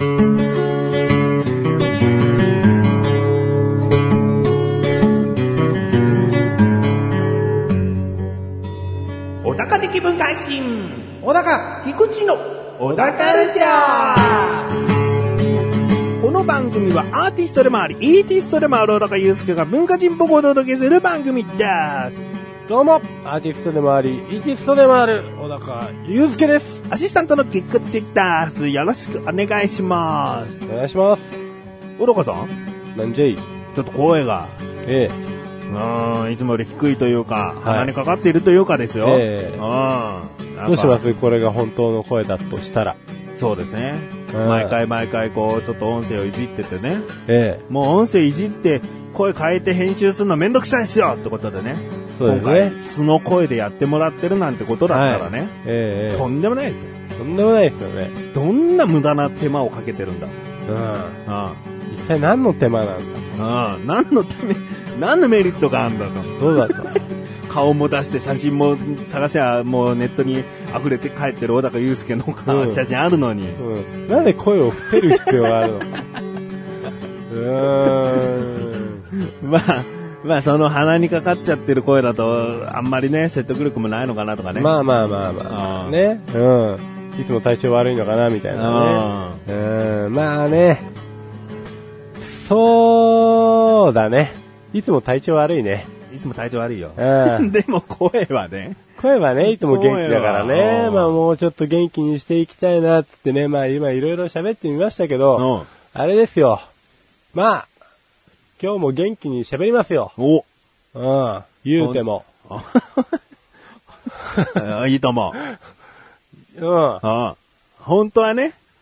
小高的文化発信、小高菊池の小高カルチャー。この番組はアーティストでもありイーティストでもある小高祐介が文化人っぽくお届けする番組です。 どうもアーティストでもありイーティストでもある小高祐介です。 アシスタントの菊池です。よろしくお願いします。 お願いします。 小高さん、 なんじゃい。 ちょっと声がいつもより低いというか、鼻にかかっているというかですよ。 どうします？これが本当の声だとしたら。 そうですね。毎回こうちょっと音声をいじっててね。もう音声いじって声変えて編集するのめんどくさいですよってことでね。 そうですね。 今回素の声でやってもらってるなんてことだったらね。とんでもないですよ。 とんでもないですよね。 どんな無駄な手間をかけてるんだ。 一体何の手間なんだ。 何のメリットがあるんだと。 そうだと。 顔も出して写真も探せばもうネットに溢れて帰ってる小高祐介の写真あるのに、 なんで声を伏せる必要があるのか。 まあその鼻にかかっちゃってる声だとあんまりね説得力もないのかなとかね。 まあね。いつも体調悪いのかなみたいなね。まあね。そうだね。いつも体調悪いね。 いつも体調悪いよ。でも声はね、いつも元気だからね。まあもうちょっと元気にしていきたいなってね。まあ今いろいろ喋ってみましたけど、あれですよ。まあ、今日も元気に喋りますよ。言うても。 いいと思う。本当は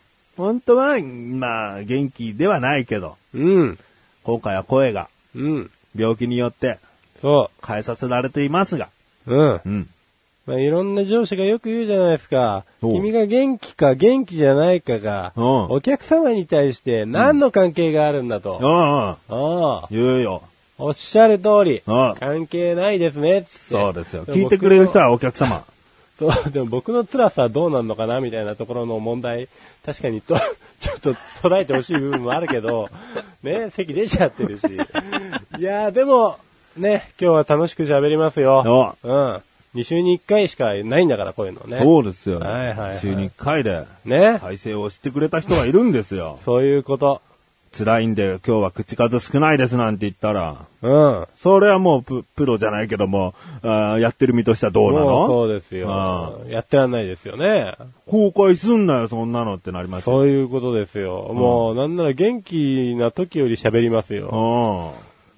まあ元気ではないけど、今回は声が病気によって変えさせられていますが、まあ、いろんな上司がよく言うじゃないですか。君が元気か元気じゃないかがお客様に対して何の関係があるんだと。 言うよ。 おっしゃる通り。関係ないですねって。 そうですよ。聞いてくれる人はお客様。 そう、でも僕の辛さはどうなんのかなみたいなところの問題、確かにちょっと捉えてほしい部分もあるけど、ね、席出ちゃってるし。いやでも、ね、今日は楽しく喋りますよ。2週に1回しかないんだから、こういうのね。 そうですよ。週に1回で、再生をしてくれた人がいるんですよ。 そういうこと。 辛いんで今日は口数少ないですなんて言ったら、それはもうプロじゃないけども、やってる身としてはどうなの？ そうですよ。やってらんないですよね。 公開すんなよそんなのってなりますよ。 そういうことですよ。もうなんなら元気な時より喋りますよ。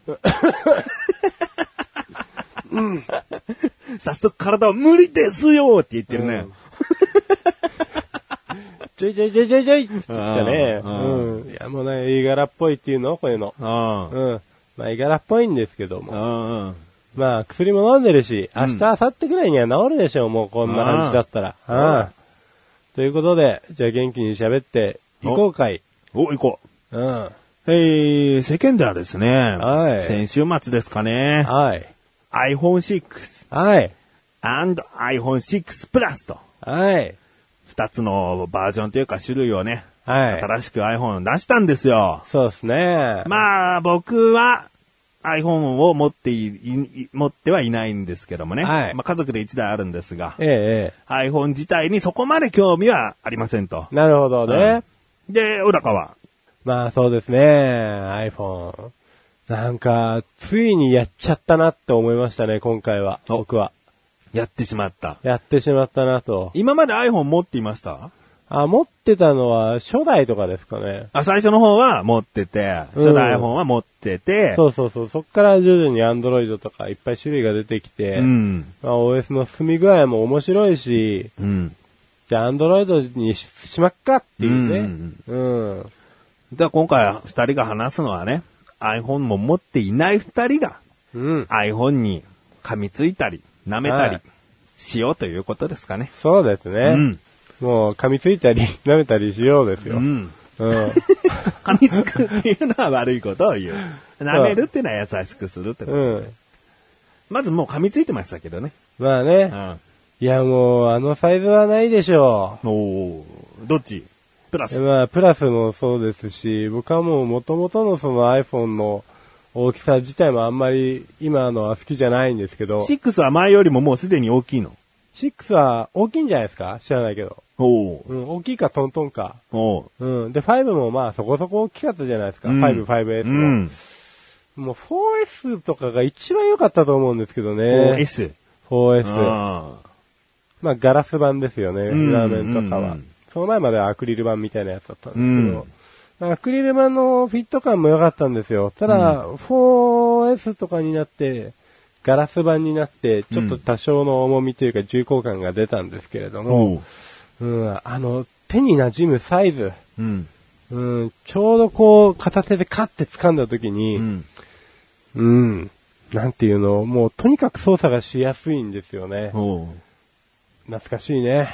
早速体は無理ですよって言ってるね。 ちょいって言ったね。いやもうね、いい柄っぽいっていうのこういうの。まあいい柄っぽいんですけども。まあ薬も飲んでるし、明日明後日ぐらいには治るでしょう、もうこんな感じだったら。ということで、じゃあ元気に喋っていこうかい。 行こう。世間ではですね、先週末ですかね。iPhone 6。and iPhone 6 Plus と。二つのバージョンというか種類をね、新しく iPhone 出したんですよ。 そうですね。 まあ僕は iPhone を持ってはいないんですけどもね。まあ家族で1台あるんですが、iPhone 自体にそこまで興味はありませんと。 なるほどね。 で、小高はまあそうですね、iPhone。なんか、ついにやっちゃったなって思いましたね、今回は。僕は。 やってしまった。 やってしまったなと。 今まで iPhone 持っていました？ 持ってたのは初代とかですかね。 最初の方は持ってて、初代 iPhone は持ってて。 そう。そっから徐々に Android とかいっぱい種類が出てきて、まあ、OS の進み具合も面白いし、じゃあ Android にしまっかっていうね。 じゃあ今回二人が話すのはね、iPhone も持っていない二人が、iPhone に噛みついたり、舐めたりしようということですかね。 そうですね。もう噛みついたり舐めたりしようですよ。 噛みつくっていうのは悪いことを言う。舐めるっていうのは優しくするってこと、まずもう噛みついてましたけどね。 まあね。いやもうあのサイズはないでしょう。 どっち？ プラス。 まあ、プラスもそうですし、僕はもう元々のその iPhone の大きさ自体もあんまり今のは好きじゃないんですけど。 6は前よりももうすでに大きいの？ 6 は大きいんじゃないですか？知らないけど。うん、大きいかトントンか。うん。で、5もまあそこそこ大きかったじゃないですか。5、5S も。もう 4S とかが一番良かったと思うんですけどね。4S。まあガラス板ですよね。裏面とかは。その前まではアクリル板みたいなやつだったんですけど。アクリル板のフィット感も良かったんですよ。ただ、4S とかになって、ガラス板になって、ちょっと多少の重みというか重厚感が出たんですけれども、手に馴染むサイズ、ちょうどこう、片手でカッて掴んだ時に、なんていうの、もうとにかく操作がしやすいんですよね。懐かしいね。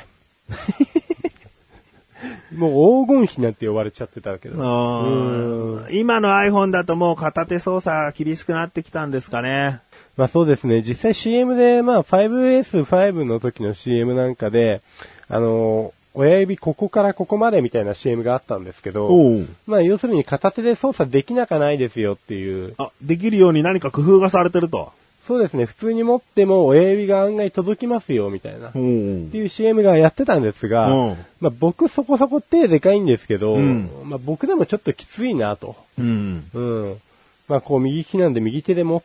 もう黄金比なんて呼ばれちゃってたけど。 今の iPhone だともう片手操作厳しくなってきたんですかね。 まあそうですね。実際 CM で、まあ 5S5 の時の CM なんかで、親指ここからここまでみたいな CM があったんですけど、まあ要するに片手で操作できなかないですよっていう。 できるように何か工夫がされてると。 そうですね。普通に持っても親指が案外届きますよみたいな。っていう CM がやってたんですが、まあ僕そこそこ手でかいんですけど、まあ僕でもちょっときついなと。まあこう右利きなんで右手で持って、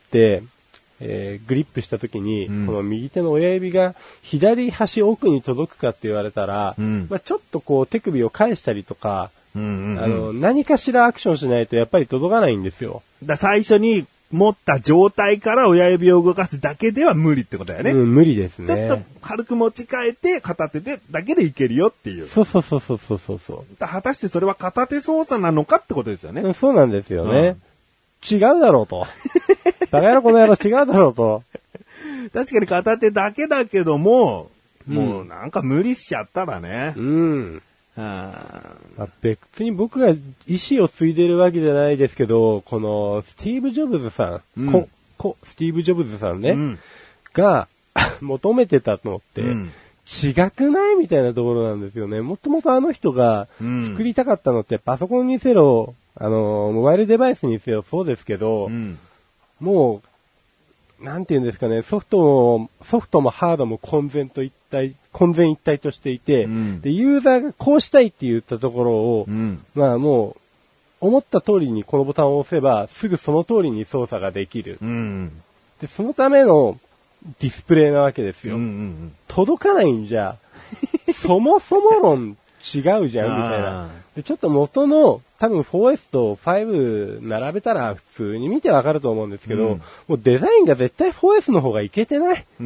グリップした時に、この右手の親指が左端奥に届くかって言われたら、まあちょっとこう手首を返したりとか、何かしらアクションしないとやっぱり届かないんですよ。 最初に持った状態から親指を動かすだけでは無理ってことだよね。 無理ですね。 ちょっと軽く持ち替えて片手でだけでいけるよっていう。 そう。 果たしてそれは片手操作なのかってことですよね。 そうなんですよね。違うだろうと。バカ野郎この野郎違うだろうと。 確かに片手だけだけども、もうなんか無理しちゃったらね。 別に僕が意思を継いでるわけじゃないですけど、このスティーブ・ジョブズさん、スティーブ・ジョブズさんね、が求めてたのって、違くないみたいなところなんですよね。もともとあの人が作りたかったのってパソコンにせよ、モバイルデバイスにせよそうですけど、もう、なんて言うんですかね、ソフトもハードも混然一体としていて、で、ユーザーがこうしたいって言ったところを、まあもう、思った通りにこのボタンを押せば、すぐその通りに操作ができる。で、そのためのディスプレイなわけですよ。届かないんじゃ、そもそも論違うじゃん、みたいな。で、ちょっと元の、多分 4S と5並べたら普通に見てわかると思うんですけど、もうデザインが絶対 4S の方がいけてない。もう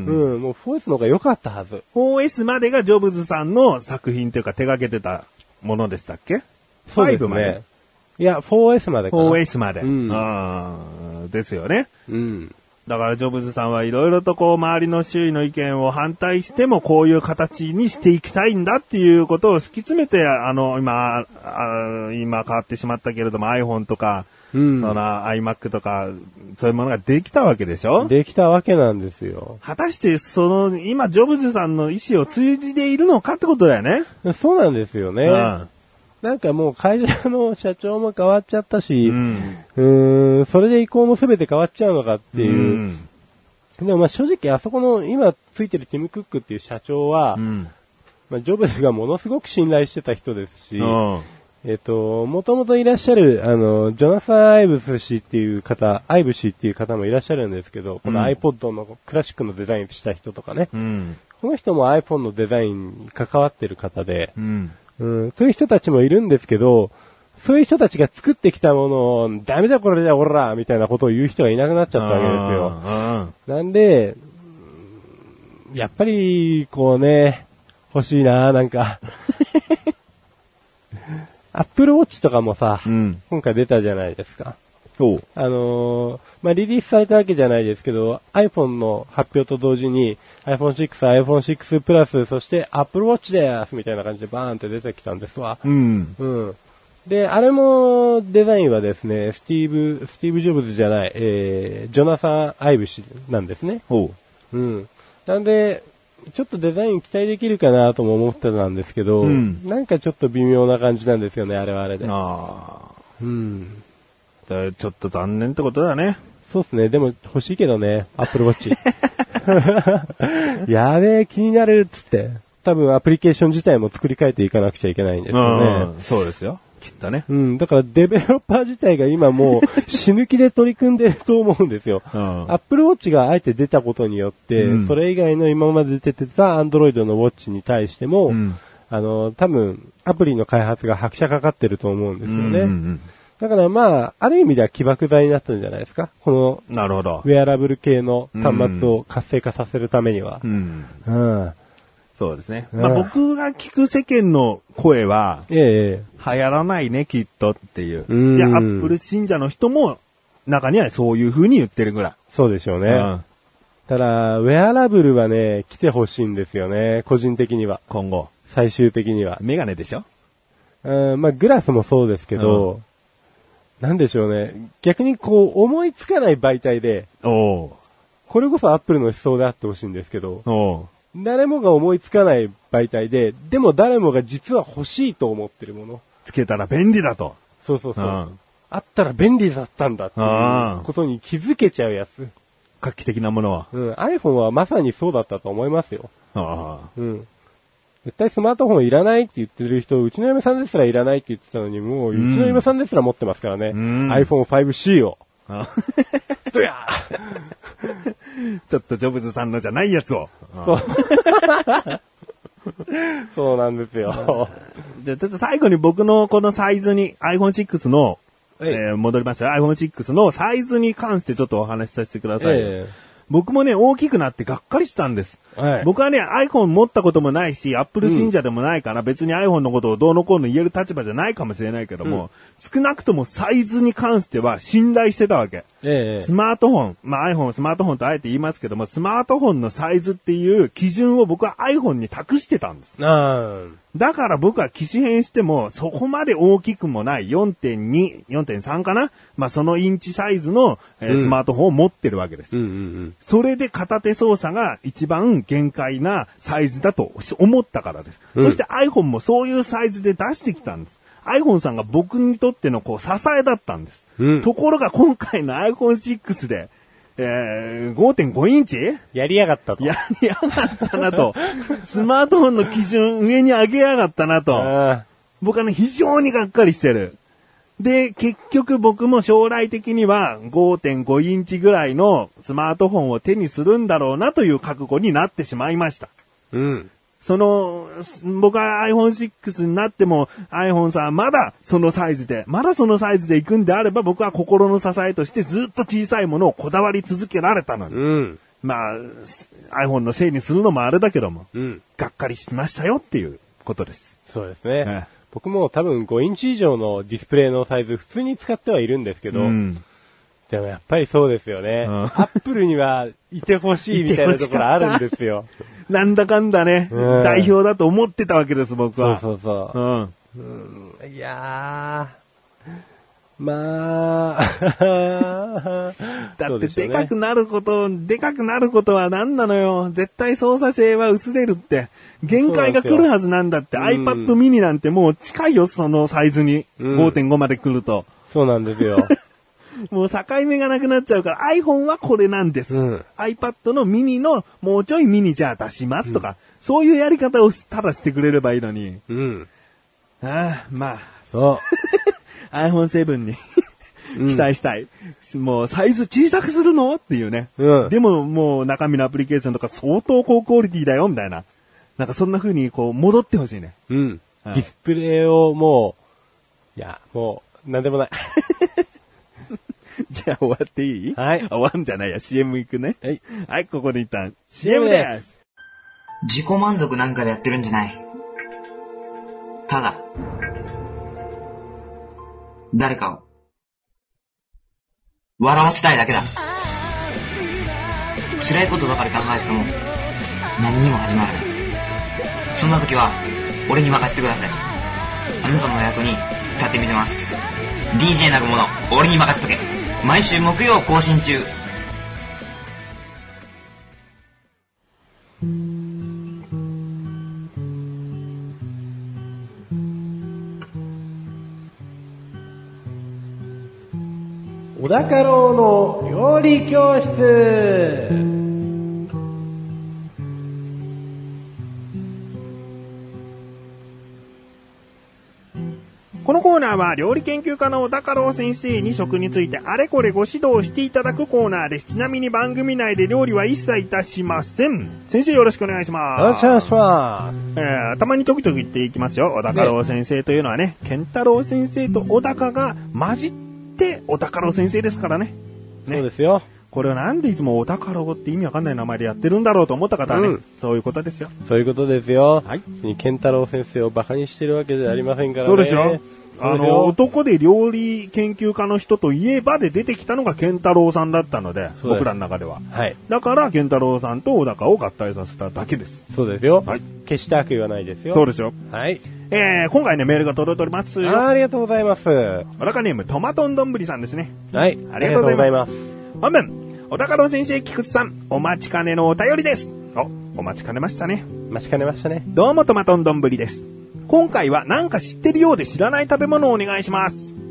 4S の方が良かったはず。 4S までがジョブズさんの作品というか手掛けてたものでしたっけ？ そうですね。いや、4S までかな。 4S まで。ですよね。だからジョブズさんはいろいろとこう周りの周囲の意見を反対してもこういう形にしていきたいんだっていうことを突き詰めて今変わってしまったけれども iPhone とか、その iMac とかそういうものができたわけでしょ？ できたわけなんですよ。 果たして今ジョブズさんの意思を通じているのかってことだよね。 そうなんですよね。なんかもう会社の社長も変わっちゃったし、それで意向も全て変わっちゃうのかっていう。でもまあ正直あそこの今ついてるティム・クックっていう社長は、まあジョブズがものすごく信頼してた人ですし、もともといらっしゃる、ジョナサン・アイブ氏っていう方もいらっしゃるんですけど、この iPod のクラシックのデザインした人とかね、この人も iPhone のデザインに関わってる方で、そういう人たちもいるんですけど、そういう人たちが作ってきたものを、ダメだこれじゃおらみたいなことを言う人がいなくなっちゃったわけですよ。なんで、やっぱり、こうね、欲しいななんか。Apple Watch とかもさ、今回出たじゃないですか。まあ、リリースされたわけじゃないですけど、iPhone の発表と同時に iPhone 6、iPhone 6 Plus、そして Apple Watch ですみたいな感じでバーンって出てきたんですわ。で、あれもデザインはですね、スティーブ・ジョブズじゃない、ジョナサン・アイブ氏なんですね。なんで、 ちょっとデザイン期待できるかなとも思ってたんですけど、なんかちょっと微妙な感じなんですよね、あれはあれで。ちょっと残念ってことだね。 そうですね。でも欲しいけどね、Apple Watch。やべえ、気になるっつって。多分アプリケーション自体も作り変えていかなくちゃいけないんですよね。 そうですよ。きっとね。 だからデベロッパー自体が今もう死ぬ気で取り組んでると思うんですよ。Apple Watch があえて出たことによって、それ以外の今まで出てた Android のウォッチに対しても、多分アプリの開発が拍車かかってると思うんですよね。だからまあ、ある意味では起爆剤になったんじゃないですか。この、 なるほど。 ウェアラブル系の端末を活性化させるためには。 そうですね。まあ僕が聞く世間の声は、流行らないね、きっとっていう。いや、アップル信者の人も、中にはそういう風に言ってるぐらい。 そうでしょうね。ただ、ウェアラブルはね、来てほしいんですよね、個人的には。 今後。 最終的には。 メガネでしょ？ まあグラスもそうですけど、なんでしょうね。逆にこう、思いつかない媒体で、これこそアップルの思想であってほしいんですけど、誰もが思いつかない媒体で、でも誰もが実は欲しいと思ってるもの。 つけたら便利だと。 そうそうそう。あったら便利だったんだっていうことに気づけちゃうやつ。 画期的なものは。 iPhone はまさにそうだったと思いますよ。絶対スマートフォンいらないって言ってる人、うちの嫁さんですらいらないって言ってたのに、もう、うちの嫁さんですら持ってますからね。iPhone 5C を。どやちょっとジョブズさんのじゃないやつを。 そうなんですよ。 じゃあちょっと最後に僕のこのサイズに iPhone6 の、戻りますよ。iPhone6 のサイズに関してちょっとお話しさせてください。僕もね、大きくなってがっかりしたんです。僕はね、iPhone 持ったこともないし、Apple 信者でもないから、別に iPhone のことをどうのこうの言える立場じゃないかもしれないけども、少なくともサイズに関しては信頼してたわけ。スマートフォン、まあ iPhone スマートフォンとあえて言いますけども、スマートフォンのサイズっていう基準を僕は iPhone に託してたんです。だから僕は機種変しても、そこまで大きくもない 4.2、4.3 かな、まあそのインチサイズの、スマートフォンを持ってるわけです。それで片手操作が一番限界なサイズだと思ったからです。そして iPhone もそういうサイズで出してきたんです。iPhone さんが僕にとってのこう支えだったんです。ところが今回の iPhone6 で、5.5 インチやりやがったと。 やりやがったなと。スマートフォンの基準上に上げやがったなと。僕はね、非常にがっかりしてる。で、結局僕も将来的には 5.5 インチぐらいのスマートフォンを手にするんだろうなという覚悟になってしまいました。僕は iPhone6 になっても iPhone さんまだそのサイズで行くんであれば僕は心の支えとしてずっと小さいものをこだわり続けられたのに。まあ、iPhone のせいにするのもあれだけども、がっかりしましたよっていうことです。 そうですね。僕も多分5インチ以上のディスプレイのサイズ普通に使ってはいるんですけど、でもやっぱりそうですよね。アップルにはいてほしいみたいなところあるんですよ。 なんだかんだね、代表だと思ってたわけです、僕は。 いやー、まあ、 だってでかくなることは何なのよ。絶対操作性は薄れるって。限界が来るはずなんだって。iPad mini なんてもう近いよ、そのサイズに。5.5 まで来ると。 そうなんですよ。 もう境目がなくなっちゃうから iPhone はこれなんです。iPad のミニのもうちょいミニじゃあ出しますとか、そういうやり方をただしてくれればいいのに。まあ。 そう。 iPhone7 に期待したい。もうサイズ小さくするのっていうね。でももう中身のアプリケーションとか相当高クオリティだよみたいな。なんかそんな風にこう戻ってほしいね。 ディスプレイをもうなんでもない。 じゃあ終わっていい？ はい。 終わんじゃないや、CM 行くね。 はい。 はい、ここで一旦 CM です。 自己満足なんかでやってるんじゃない。ただ、誰かを笑わせたいだけだ。辛いことばかり考えてても何にも始まらない。そんな時は俺に任せてください。あなたの役に立ってみせます。DJ なるもの、俺に任せとけ。毎週木曜更新中。 小高郎の料理教室。 このコーナーは料理研究家の小高郎先生に食についてあれこれご指導していただくコーナーです。ちなみに番組内で料理は一切いたしません。先生よろしくお願いします。 よろしくお願いします。 たまにちょくちょく言っていきますよ。小高郎先生というのはね、健太郎先生と小高が混じって小高郎先生ですからね。 そうですよ。 これはなんでいつも小高郎って意味わかんない名前でやってるんだろうと思った方はね、そういうことですよ。 そういうことですよ。 はい。 健太郎先生をバカにしてるわけじゃありませんからね。 そうですよ。男で料理研究家の人といえばで出てきたのが健太郎さんだったので、僕らの中では。 はい。 だから健太郎さんと小高を合体させただけです。 そうですよ。 はい。 決して悪意はないですよ。 そうですよ。 はい。 今回ね、メールが届いておりますよ。 ありがとうございます。 小高ネームトマトンどんぶりさんですね。 はい。 ありがとうございます。本文、小高郎先生、菊池さん、お待ちかねのお便りです。お待ちかねましたね。 待ちかねましたね。 どうもトマトンどんぶりです。今回はなんか知ってるようで知らない食べ物をお願いします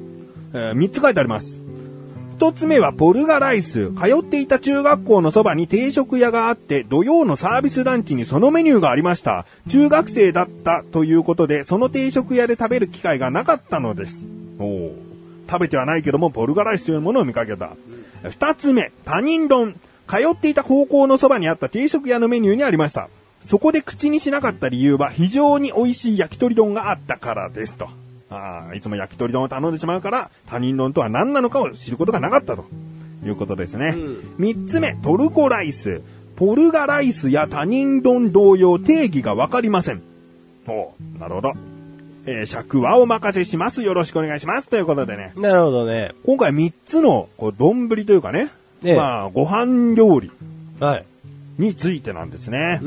。3つ書いてあります。1つ目はポルガライス。通っていた中学校のそばに定食屋があって、土曜のサービスランチにそのメニューがありました。中学生だったということで、その定食屋で食べる機会がなかったのです。食べてはないけども、ポルガライスというものを見かけた。2つ目、他人丼。通っていた高校のそばにあった定食屋のメニューにありました。そこで口にしなかった理由は非常に美味しい焼き鳥丼があったからですと。いつも焼き鳥丼を頼んでしまうから他人丼とは何なのかを知ることがなかったということですね。3つ目、トルコライス。ポルガライスや他人丼同様定義がわかりません。なるほど。尺はお任せします。よろしくお願いします。ということでね。 なるほどね。 今回3つの丼というかね、ご飯料理。 はい。 についてなんですね。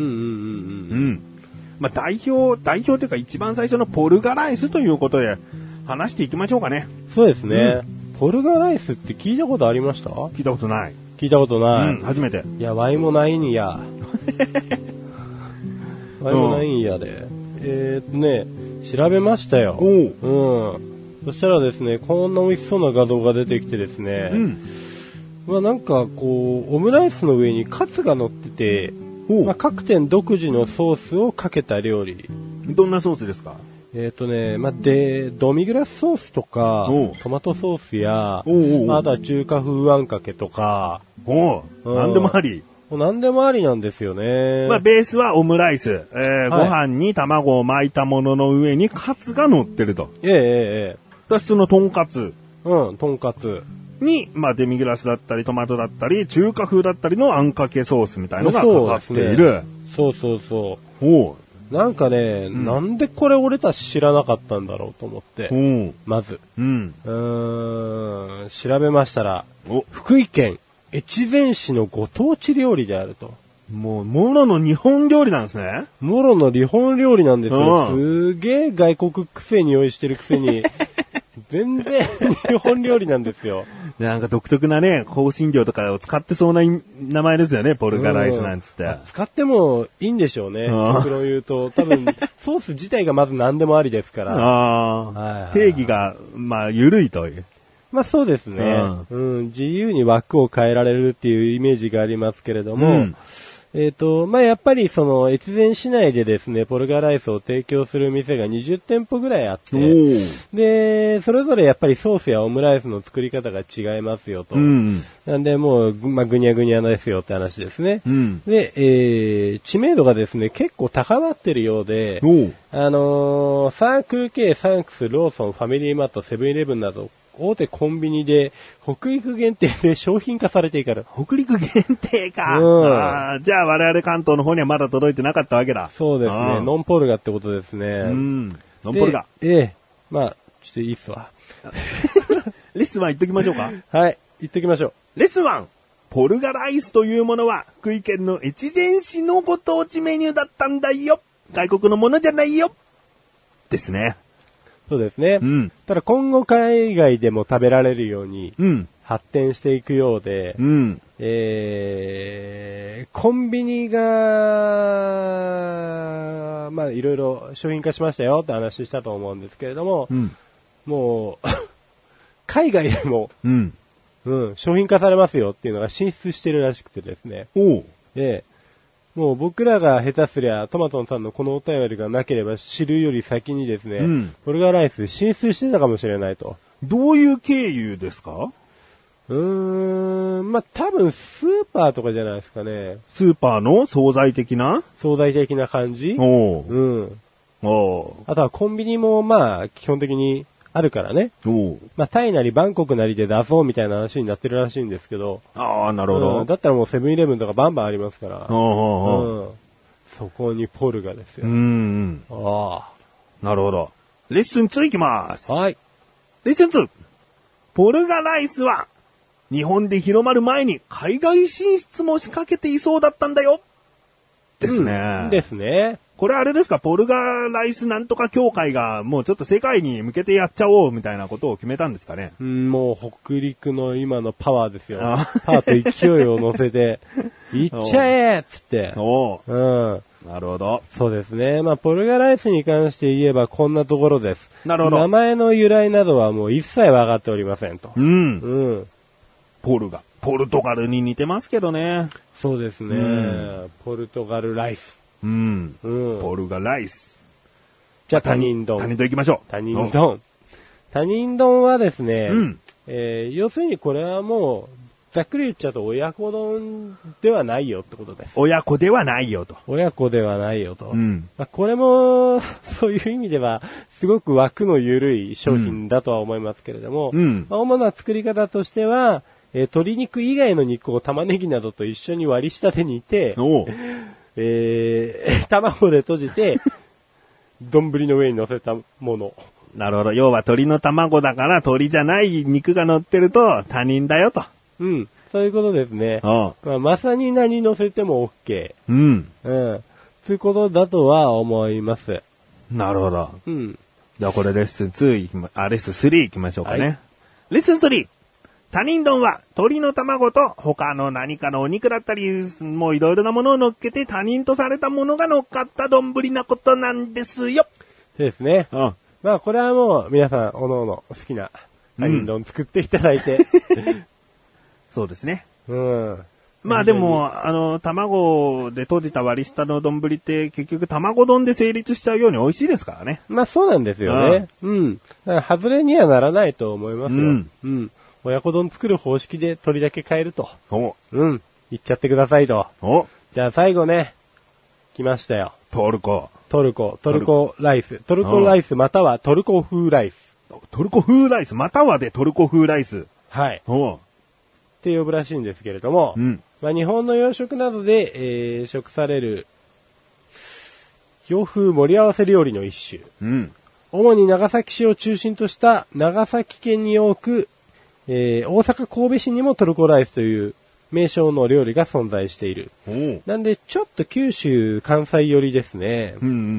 代表というか一番最初のポルガライスということで話していきましょうかね。 そうですね。ポルガライスって聞いたことありました？ 聞いたことない。 聞いたことない。 初めて。 いや、ワイもないんや。ワイもないんやで。調べましたよ。そしたらですね、こんな美味しそうな画像が出てきてですね。なんかオムライスの上にカツが乗ってて、各店独自のソースをかけた料理。 どんなソースですか？ ドミグラスソースとか、トマトソースや、あとは中華風あんかけとか。 なんでもあり。 なんでもありなんですよね。 ベースはオムライス。ご飯に卵を巻いたものの上にカツが乗ってると。普通のトンカツ。 トンカツ。 に、デミグラスだったり、トマトだったり、中華風だったりのあんかけソースみたいのがかかっている。 そう。なんかね、なんでこれ俺たち知らなかったんだろうと思って。まず。調べましたら、福井県越前市のご当地料理であると。 もろの日本料理なんですね。 もろの日本料理なんですよ。すげえ外国癖に用意してるくせに。全然日本料理なんですよ。 なんか独特なね、香辛料とかを使ってそうな名前ですよね、ポルガライスなんつって。 使ってもいいんでしょうね。極論言うと、多分、ソース自体がまず何でもありですから。 定義が、緩いという。 そうですね。自由に枠を変えられるっていうイメージがありますけれども、やっぱり越前市内でですね、ポルガライスを提供する店が20店舗ぐらいあって、で、それぞれやっぱりソースやオムライスの作り方が違いますよと。なんでもう、ぐにゃぐにゃですよって話ですね。で、知名度がですね、結構高まってるようで、サークル系、サンクス、ローソン、ファミリーマート、セブンイレブンなど、大手コンビニで北陸限定で商品化されている。 北陸限定か。じゃあ我々関東の方にはまだ届いてなかったわけだ。 そうですね。ノンポルガってことですね。 ノンポルガ。 ちょっといいっすわ。 レッスン1言っときましょうか。 はい、言っときましょう。レッスン1。ポルガライスというものは福井県の越前市のご当地メニューだったんだよ。外国のものじゃないよ。ですね。 そうですね。ただ今後海外でも食べられるように発展していくようで、コンビニが、いろいろ商品化しましたよって話したと思うんですけれども、もう、海外でも、 商品化されますよっていうのが進出してるらしくてですね。もう僕らが下手すりゃトマトンさんのこのお便りがなければ知るより先にですね、ポルガライス進出してたかもしれないと。 どういう経由ですか？ 多分スーパーとかじゃないですかね。 スーパーの惣菜的な感じ？ あとはコンビニも基本的にあるからね。タイなりバンコクなりで出そうみたいな話になってるらしいんですけど。 なるほど。 だったらもうセブンイレブンとかバンバンありますから。そこにポルガですよ。 なるほど。レッスン2いきます。 はい。 レッスン 2。ポルガライスは日本で広まる前に海外進出も仕掛けていそうだったんだよ。ですね。 ですね。 これあれですか、ポルガライスなんとか協会がもうちょっと世界に向けてやっちゃおうみたいなことを決めたんですかね。 もう北陸の今のパワーですよ。パワーと勢いを乗せて、いっちゃえっつって。 なるほど。 そうですね。ポルガライスに関して言えばこんなところです。 なるほど。 名前の由来などはもう一切分かっておりませんと。 ポルトガルに似てますけどね。 そうですね。ポルトガルライス。 ポルガライス。 じゃあ他人丼。 他人丼行きましょう。 他人丼。他人丼はですね、要するにこれはもう、ざっくり言っちゃうと親子丼ではないよってことです。 親子ではないよと。 親子ではないよと。これも、そういう意味では、すごく枠の緩い商品だとは思いますけれども、主な作り方としては、鶏肉以外の肉を玉ねぎなどと一緒に割り下で煮て、卵で閉じて、丼の上に乗せたもの。 なるほど。要は鶏の卵だから鶏じゃない肉が乗ってると他人だよと。 そういうことですね。まさに何乗せても OK。そういうことだとは思います。 なるほど。じゃあこれレッスン2レッスン3行きましょうかね。はい、レッスン 3。他人丼は鶏の卵と他の何かのお肉だったり、もういろいろなものを乗っけて他人とされたものが乗っかった丼なことなんですよ。 そうですね。これはもう皆さんおのおの好きな他人丼作っていただいて。 そうですね。でも、卵で閉じた割り下の丼って結局卵丼で成立しちゃうように美味しいですからね。 そうなんですよね。だから外れにはならないと思いますよ。親子丼作る方式で鶏だけ変えると。いっちゃってくださいと。じゃあ最後ね、来ましたよ。トルコライス。トルコライスまたはトルコ風ライス。 トルコ風ライスまたはでトルコ風ライス。 はい。って呼ぶらしいんですけれども、日本の洋食などで、食される洋風盛り合わせ料理の一種。主に長崎市を中心とした長崎県に多く、大阪神戸市にもトルコライスという名称の料理が存在している。なんでちょっと九州関西寄りですね。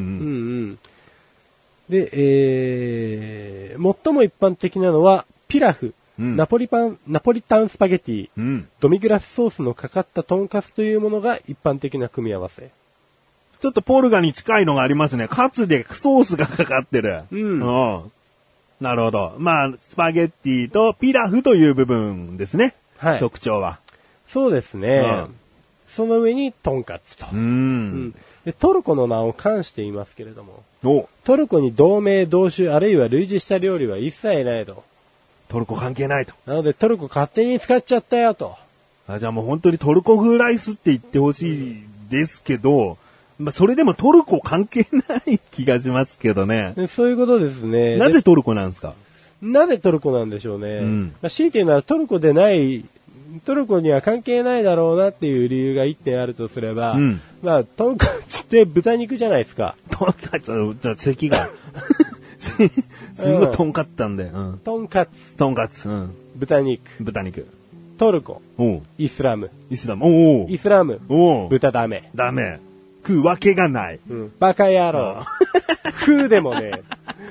で、最も一般的なのはピラフ。ナポリタンスパゲティ、ドミグラスソースのかかったトンカツというものが一般的な組み合わせ。 ちょっとポルガに近いのがありますね。カツでソースがかかってる。なるほど。スパゲッティとピラフという部分ですね。特徴は。 そうですね。その上にトンカツと。でトルコの名を冠していますけれども、トルコに同名同種あるいは類似した料理は一切ないと。 トルコ関係ないと。 なのでトルコ勝手に使っちゃったよと。 じゃあもう本当にトルコ風ライスって言ってほしいですけど、それでもトルコ関係ない気がしますけどね。 そういうことですね。 なぜトルコなんですか？ なぜトルコなんでしょうね。強いて言うならトルコでない、トルコには関係ないだろうなっていう理由が一点あるとすれば、トンカツって豚肉じゃないですか。 トンカツ、咳が。すごいトンカツなんだよ。 トンカツ。豚肉。トルコ。イスラム。イスラム。豚ダメ。 食うわけがない。 バカ野郎。食うでもね。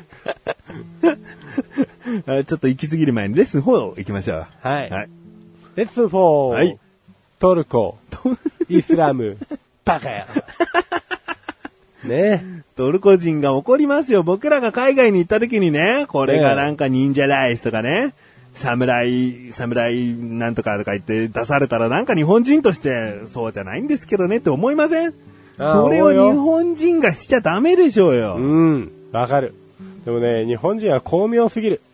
ちょっと行き過ぎる前にレッスン4行きましょう。 はい。レッスン4。トルコ。イスラム。バカ野郎。ね。 トルコ人が怒りますよ。僕らが海外に行った時にね、これがなんか忍者ライスとかね、 侍なんとかとか言って出されたらなんか日本人としてそうじゃないんですけどねって思いません？それを日本人がしちゃダメでしょうよ。 わかる。でもね、日本人は巧妙すぎる。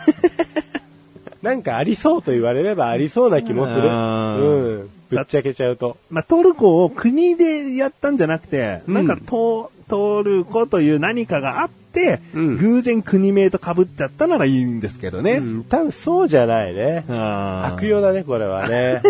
なんかありそうと言われればありそうな気もする。ぶっちゃけちゃうと。 トルコを国でやったんじゃなくて、なんかトルコという何かがあって、偶然国名と被っちゃったならいいんですけどね。 多分そうじゃないね。悪用だね、これはね。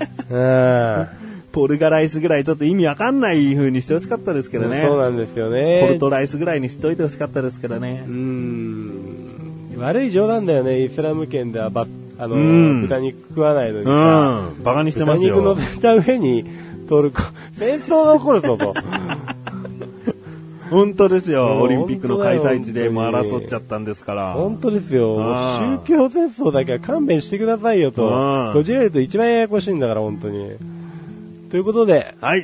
ポルガライスぐらいちょっと意味わかんない風にしてほしかったですけどね。 そうなんですよね。 ポルトライスぐらいにしといてほしかったですけどね。 悪い冗談だよね、イスラム圏では豚肉食わないのにさ。 バカにしてますよ。 豚肉乗せた上にトルコ、戦争が起こるぞと。 本当ですよ。オリンピックの開催地でも争っちゃったんですから。 本当ですよ。宗教戦争だけは勘弁してくださいよと。こじられると一番ややこしいんだから本当に。ということで、 はい。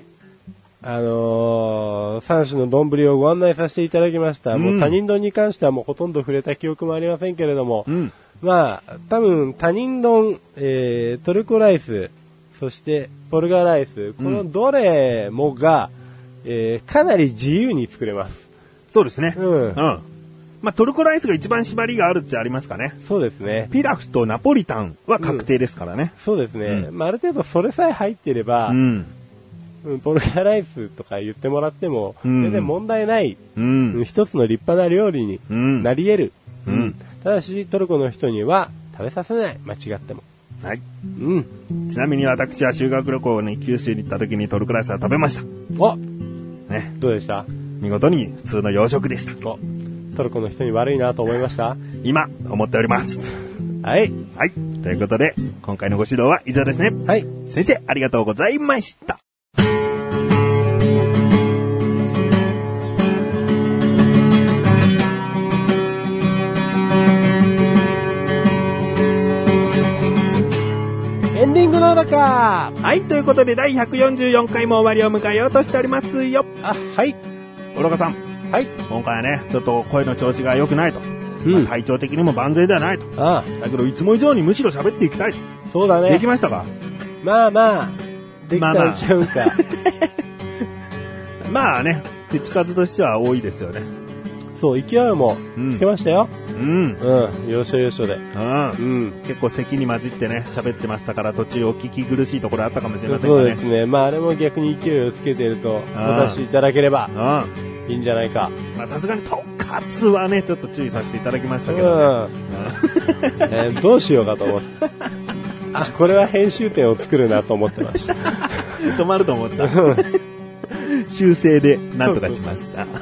三種の丼をご案内させていただきました。もう他人丼に関してはもうほとんど触れた記憶もありませんけれども、まあ、多分他人丼、トルコライス、そしてポルガライス、このどれもが、かなり自由に作れます。 そうですね。まあ、トルコライスが一番縛りがあるってありますかね。 そうですね。 ピラフとナポリタンは確定ですからね。 そうですね。まあ、ある程度それさえ入ってれば、ポルガライスとか言ってもらっても、全然問題ない、一つの立派な料理になり得る。ただし、トルコの人には食べさせない。間違っても。 はい。ちなみに私は修学旅行に九州に行った時にトルコライスは食べました。ね。 どうでした？ 見事に普通の洋食でした。 トルコの人に悪いなと思いました？ 今、思っております。 はい。 はい。ということで、今回のご指導は以上ですね。 はい。 先生、ありがとうございました。 エンディングの中。 はい、ということで第144回も終わりを迎えようとしておりますよ。 はい。 小高さん。 はい。 今回はね、ちょっと声の調子が良くないと。体調的にも万全ではないと。だけどいつも以上にむしろ喋っていきたいと。 そうだね。 できましたか？ まあまあ、できたんちゃうか。 まあね、口数としては多いですよね。 そう、勢いもつけましたよ。要所要所で。 結構咳に混じってね、喋ってましたから途中お聞き苦しいところあったかもしれませんがね。そうですね。まああれも逆に勢いをつけていると、お察しいただければ、いいんじゃないか。 まあさすがにとんかつはね、ちょっと注意させていただきましたけどね。 どうしようかと思って。これは編集点を作るなと思ってました。 止まると思った。修正でなんとかします。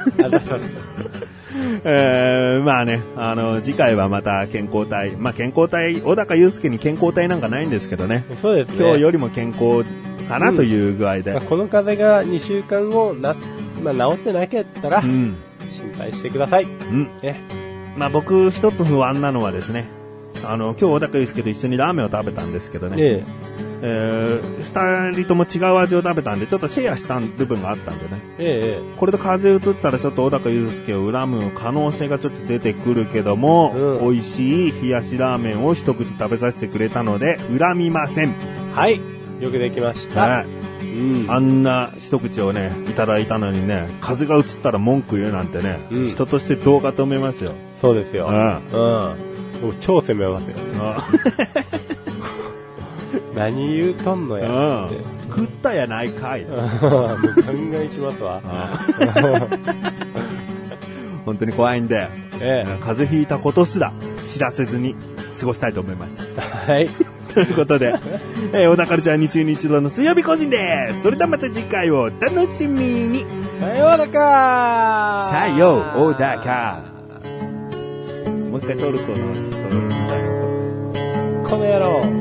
まあね、次回はまた健康体。まあ健康体、小高祐介に健康体なんかないんですけどね。 そうですね。 今日よりも健康かなという具合で。 この風邪が2週間後治ってなかったら、心配してください。 まあ僕一つ不安なのはですね、今日小高祐介と一緒にラーメンを食べたんですけどね。二人とも違う味を食べたんで、ちょっとシェアした部分があったんでね。これで風邪移ったらちょっと小高祐介を恨む可能性がちょっと出てくるけども、美味しい冷やしラーメンを一口食べさせてくれたので、恨みません。 はい。よくできました。 あんな一口をね、いただいたのにね、風が移ったら文句言うなんてね、人としてどうかと思いますよ。 そうですよ。超責めますよ。何言うとんのやって。 食ったやないかい。 もう考えきますわ。 本当に怖いんで、風邪ひいたことすら知らせずに過ごしたいと思います。 はい。 ということで、小高カルチャー2週に1度の水曜日更新です。それではまた次回をお楽しみに。 さようだかさようだか。もう一回トルコの人みたいな。 この野郎。